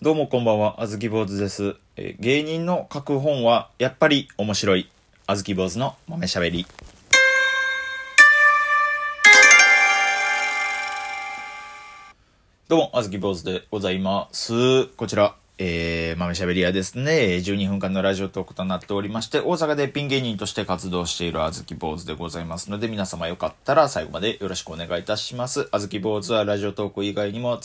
どうもこんばんは、あずき坊主です。芸人の書く本はやっぱり面白い。あずき坊主の豆しゃべり。どうも、あずき坊主でございます。こちら、豆しゃべり屋ですね。12分間のラジオトークとなっておりまして、大阪でピン芸人として活動しているあずき坊主でございますので、皆様よかったら最後までよろしくお願いいたします。あずき坊主はラジオトーク以外にも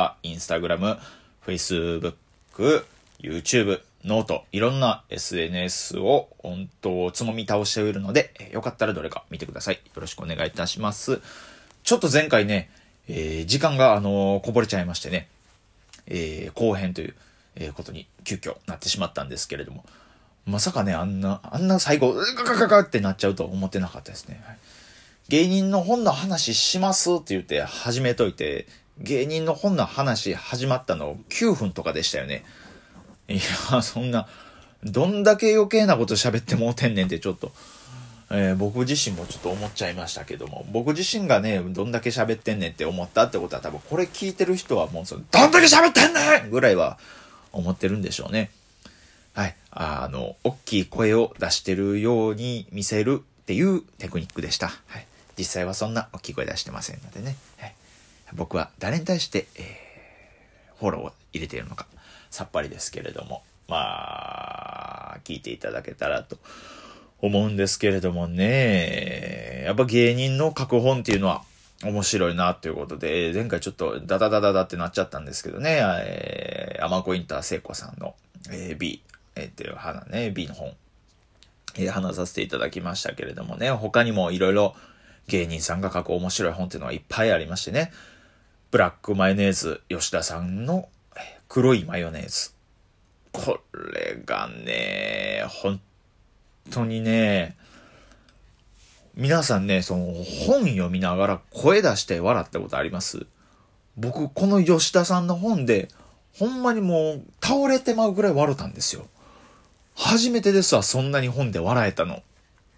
Twitter、Instagram、Facebook、YouTube、ノート、いろんな SNS を本当つもみ倒しているので、よかったらどれか見てください。よろしくお願いいたします。ちょっと前回ね、時間がこぼれちゃいましてね、後編という、ことに急遽なってしまったんですけれども、まさかね、あんな最後、ガガガガってなっちゃうと思ってなかったですね。はい、芸人の本の話しますって言って始めといて、芸人の本の話始まったの9分とかでしたよね。いや、そんな、どんだけ余計なこと喋ってもうてんねんってちょっと、僕自身もちょっと思っちゃいましたけども、僕自身がね、どんだけ喋ってんねんって思ったってことは多分これ聞いてる人はもうどんだけ喋ってんねんぐらいは思ってるんでしょうね。はい。大きい声を出してるように見せるっていうテクニックでした。はい。実際はそんな大きい声出してませんのでね。はい。僕は誰に対して、フォローを入れているのか、さっぱりですけれども、まあ、聞いていただけたらと思うんですけれどもね、やっぱ芸人の書く本っていうのは面白いなということで、前回ちょっとダダダダダってなっちゃったんですけどね、アマコインター聖子さんの、B、っていう花ね、B の本、話させていただきましたけれどもね、他にもいろいろ芸人さんが書く面白い本っていうのはいっぱいありましてね、ブラックマヨネーズ、吉田さんの黒いマヨネーズ。これがね、本当にね、皆さんね、その本読みながら声出して笑ったことあります？僕、この吉田さんの本で、ほんまにもう倒れてまうぐらい笑ったんですよ。初めてですわ、そんなに本で笑えたの。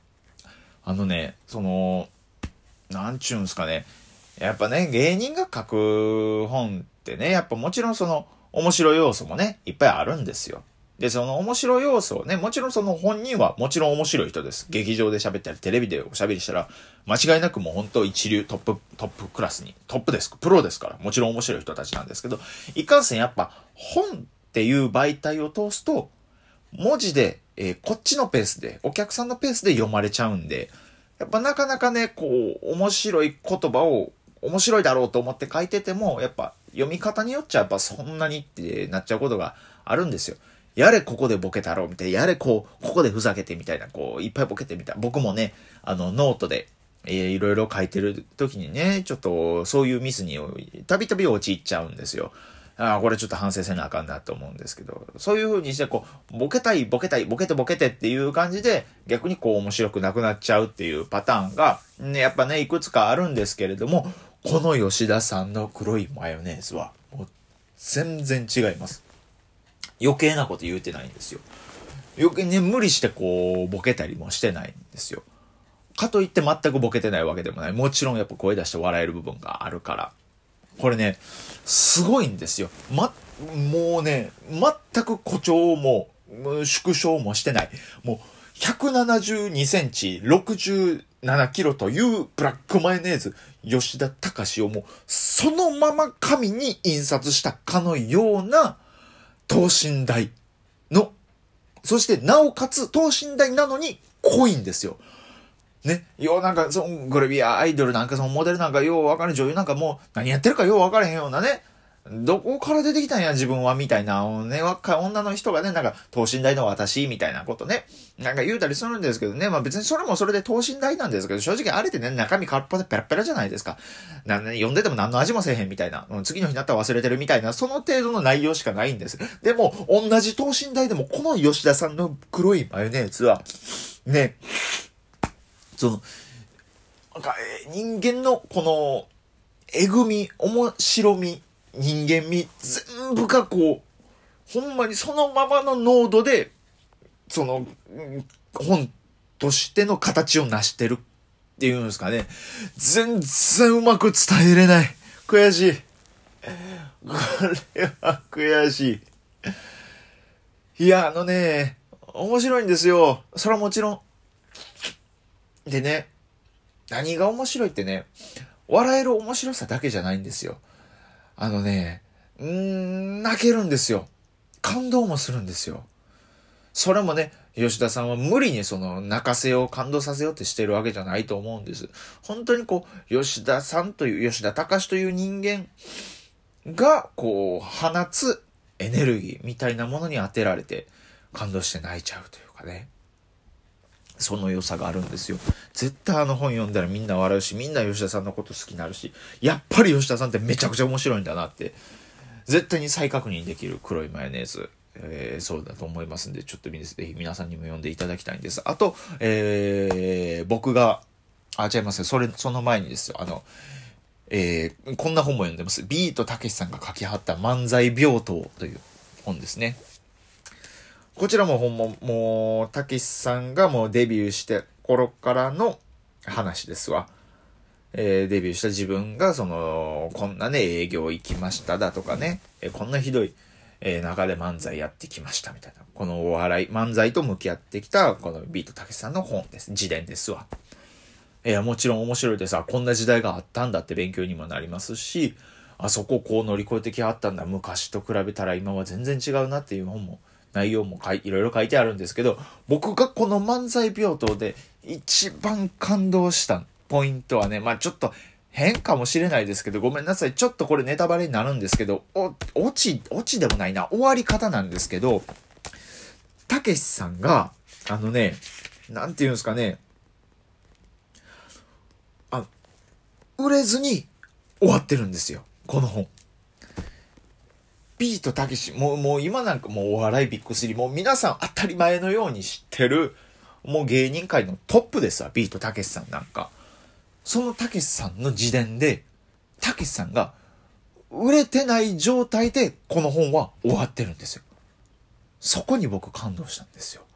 なんちゅうんすかね。やっぱね、芸人が書く本ってね、やっぱもちろんその面白い要素もね、いっぱいあるんですよ。で、その面白い要素をね、もちろんその本人はもちろん面白い人です。劇場で喋ったり、テレビでおしゃべりしたら、間違いなくもう本当一流トップクラスに、トップです。プロですから、もちろん面白い人たちなんですけど、いかんせんやっぱ本っていう媒体を通すと、文字で、こっちのペースで、お客さんのペースで読まれちゃうんで、やっぱなかなかね、こう、面白い言葉を面白いだろうと思って書いてても、やっぱ読み方によっちゃやっぱそんなにってなっちゃうことがあるんですよ。やれここでボケたろうみたいな、やれここでふざけてみたいな、いっぱいボケてみたいな。僕もね、ノートで、いろいろ書いてる時にね、ちょっとそういうミスにたびたび陥っちゃうんですよ。これちょっと反省せなあかんなと思うんですけど、そういう風にしてボケてっていう感じで、逆に面白くなくなっちゃうっていうパターンが、ね、やっぱね、いくつかあるんですけれども、この吉田さんの黒いマヨネーズは、もう全然違います。余計なこと言うてないんですよ。余計にね、無理してボケたりもしてないんですよ。かといって全くボケてないわけでもない。もちろんやっぱ声出して笑える部分があるから。これね、すごいんですよ。もうね、全く誇張も、縮小もしてない。もう、172センチ、67キロというブラックマヨネーズ、吉田隆をもう、そのまま紙に印刷したかのような、等身大の、そしてなおかつ等身大なのに濃いんですよ。ね。なんか、グレビアアイドルなんか、モデルなんか、ようわかる女優なんかもう、何やってるかようわからへんようなね。どこから出てきたんや、自分は、みたいな、ね、若い女の人がね、なんか、等身大の私、みたいなことね。なんか言うたりするんですけどね。まあ別にそれもそれで等身大なんですけど、正直あれってね、中身空っぽでペラペラじゃないですか。読んでても何の味もせえへんみたいな。次の日になったら忘れてるみたいな、その程度の内容しかないんです。でも、同じ等身大でも、この吉田さんの黒いマヨネーズは、ね、なんか、人間のこの、えぐみ、面白み、人間味、全部がほんまにそのままの濃度で、本としての形を成してるっていうんですかね。全然うまく伝えれない。悔しい。これは悔しい。 いや、面白いんですよ。それはもちろん。でね、何が面白いってね、笑える面白さだけじゃないんですよ。泣けるんですよ。感動もするんですよ。それもね、吉田さんは無理に泣かせよう、感動させようってしてるわけじゃないと思うんです。本当に吉田さんという、吉田隆という人間が、放つエネルギーみたいなものに当てられて、感動して泣いちゃうというかね。その良さがあるんですよ。絶対あの本読んだらみんな笑うし、みんな吉田さんのこと好きになるし、やっぱり吉田さんってめちゃくちゃ面白いんだなって、絶対に再確認できる黒いマヨネーズ。そうだと思いますんで、ちょっとぜひ皆さんにも読んでいただきたいんです。あと、僕が、違いますよ。その前にですよ。こんな本も読んでます。ビートたけしさんが書きはった漫才病棟という本ですね。こちらももう、たけしさんがもうデビューして頃からの話ですわ。デビューした自分がこんなね、営業行きましただとかね、こんなひどい、中で漫才やってきましたみたいな。このお笑い、漫才と向き合ってきた、このビートたけしさんの本です。自伝ですわ。もちろん面白いでさ、こんな時代があったんだって勉強にもなりますし、あそこをこう乗り越えてきはったんだ。昔と比べたら今は全然違うなっていう本も、内容もいろいろ書いてあるんですけど、僕がこの漫才病棟で一番感動したポイントはね、ちょっと変かもしれないですけど、ごめんなさい。ちょっとこれネタバレになるんですけど、オチでもないな、終わり方なんですけど、たけしさんが、なんて言うんですかね、売れずに終わってるんですよ。この本。ビートたけし、もう今なんかもうお笑いビッグ3、もう皆さん当たり前のように知ってる、もう芸人界のトップですわ、ビートたけしさんなんか。そのたけしさんの自伝で、たけしさんが売れてない状態でこの本は終わってるんですよ。そこに僕感動したんですよ。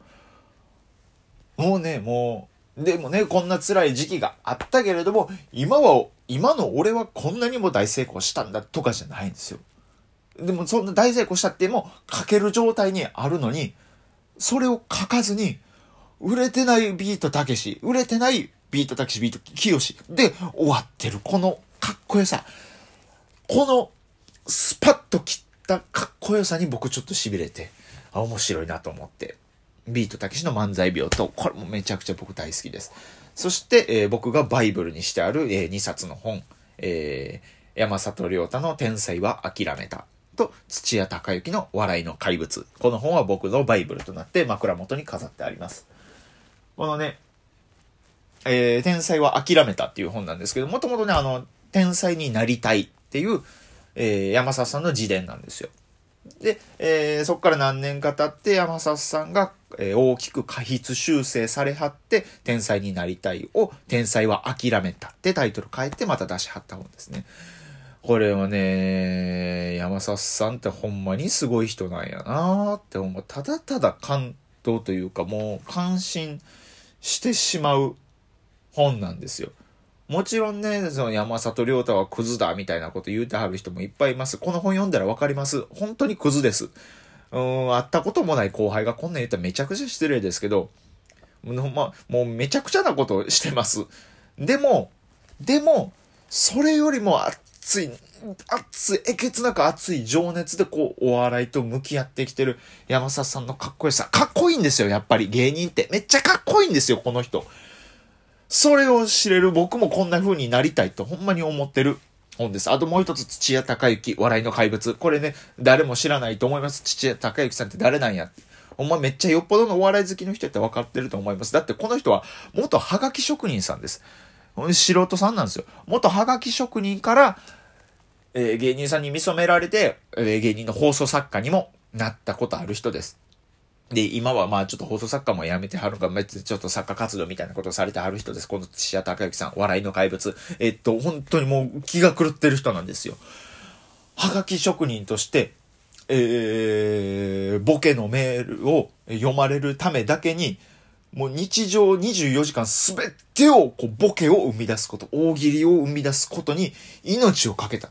でもね、こんな辛い時期があったけれども、今の俺はこんなにも大成功したんだとかじゃないんですよ。でもそんな大成功したっても書ける状態にあるのに、それを書かずに、売れてないビートたけし、売れてないビートたけし、ビートきよしで終わってる。このかっこよさ。このスパッと切ったかっこよさに僕ちょっと痺れて、面白いなと思って。ビートたけしの漫才病と、これもめちゃくちゃ僕大好きです。そして、僕がバイブルにしてある、2冊の本、山里亮太の天才は諦めた。と土屋隆之の笑いの怪物。この本は僕のバイブルとなって枕元に飾ってあります。このね、天才は諦めたっていう本なんですけど、もともとね、天才になりたいっていう、山里さんの自伝なんですよ。で、そこから何年か経って山里さんが、大きく過失修正されはって、天才になりたいを、天才は諦めたってタイトル変えてまた出しはった本ですね。これはね、山里さんってほんまにすごい人なんやなーって思う。ただただ感動というかもう感心してしまう本なんですよ。もちろんね、その山里亮太はクズだみたいなこと言うてはる人もいっぱいいます。この本読んだらわかります。本当にクズです。会ったこともない後輩がこんなん言ったらめちゃくちゃ失礼ですけど、もうめちゃくちゃなことしてます。でも、それよりもえげつなく熱い情熱でお笑いと向き合ってきてる山里さんのかっこよさ。かっこいいんですよ、やっぱり芸人って。めっちゃかっこいいんですよ、この人。それを知れる僕もこんな風になりたいとほんまに思ってる本です。あともう一つ、土屋隆之、笑いの怪物。これね、誰も知らないと思います。土屋隆之さんって誰なんやって。ほんまめっちゃよっぽどのお笑い好きの人って分かってると思います。だってこの人は元ハガキ職人さんです。素人さんなんですよ。元ハガキ職人から、芸人さんに見初められて、芸人の放送作家にもなったことある人です。で、今はちょっと放送作家もやめてはるか、ちょっと作家活動みたいなことをされてはる人です。この土屋隆之さん、笑いの怪物。本当にもう気が狂ってる人なんですよ。はがき職人として、ボケのメールを読まれるためだけに、もう日常24時間すべてをボケを生み出すこと、大喜利を生み出すことに命をかけた。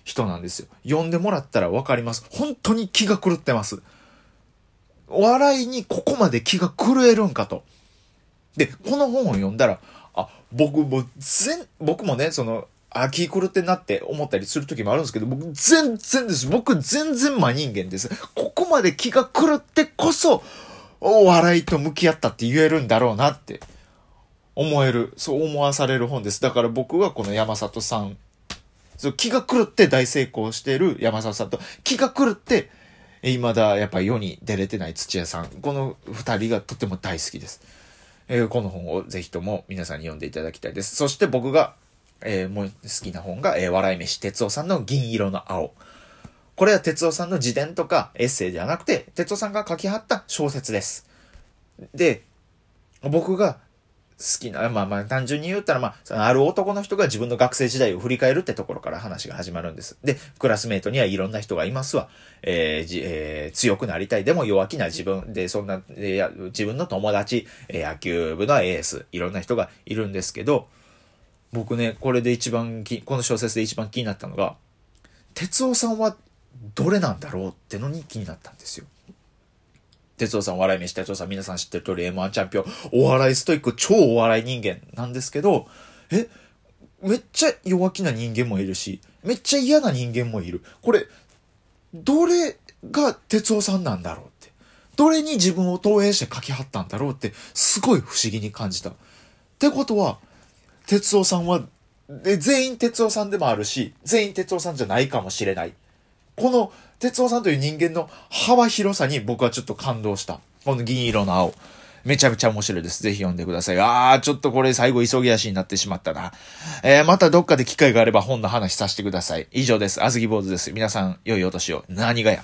人なんですよ。読んでもらったらわかります。本当に気が狂ってます。笑いにここまで気が狂えるんかと。で、この本を読んだら、僕もね、気狂ってんなって思ったりする時もあるんですけど、僕全然です。僕全然真人間です。ここまで気が狂ってこそ、お笑いと向き合ったって言えるんだろうなってそう思わされる本です。だから僕はこの山里さん、気が狂って大成功している山里さんと、気が狂って、未だやっぱり世に出れてない土屋さん、この二人がとても大好きです。この本をぜひとも皆さんに読んでいただきたいです。そして僕が、もう好きな本が、笑い飯哲夫さんの銀色の青。これは哲夫さんの自伝とかエッセイではなくて、哲夫さんが書きはった小説です。で、僕が好きな、単純に言ったら、ある男の人が自分の学生時代を振り返るってところから話が始まるんです。で、クラスメートにはいろんな人がいますわ。強くなりたい。でも弱気な自分で、自分の友達、野球部のエース、いろんな人がいるんですけど、僕ね、この小説で一番気になったのが、哲夫さんはどれなんだろうってのに気になったんですよ。哲夫さん、笑い飯哲夫さん、皆さん知ってる通り M1 チャンピオン、お笑いストイック、超お笑い人間なんですけど、めっちゃ弱気な人間もいるし、めっちゃ嫌な人間もいる。これ、どれが哲夫さんなんだろうって。どれに自分を投影して書きはったんだろうって、すごい不思議に感じた。ってことは、哲夫さんは、全員哲夫さんでもあるし、全員哲夫さんじゃないかもしれない。この哲夫さんという人間の幅広さに僕はちょっと感動した。この銀色の青。めちゃくちゃ面白いです。ぜひ読んでください。ちょっとこれ最後急ぎ足になってしまったな。またどっかで機会があれば本の話させてください。以上です。あずき坊主です。皆さん、良いお年を。何がや。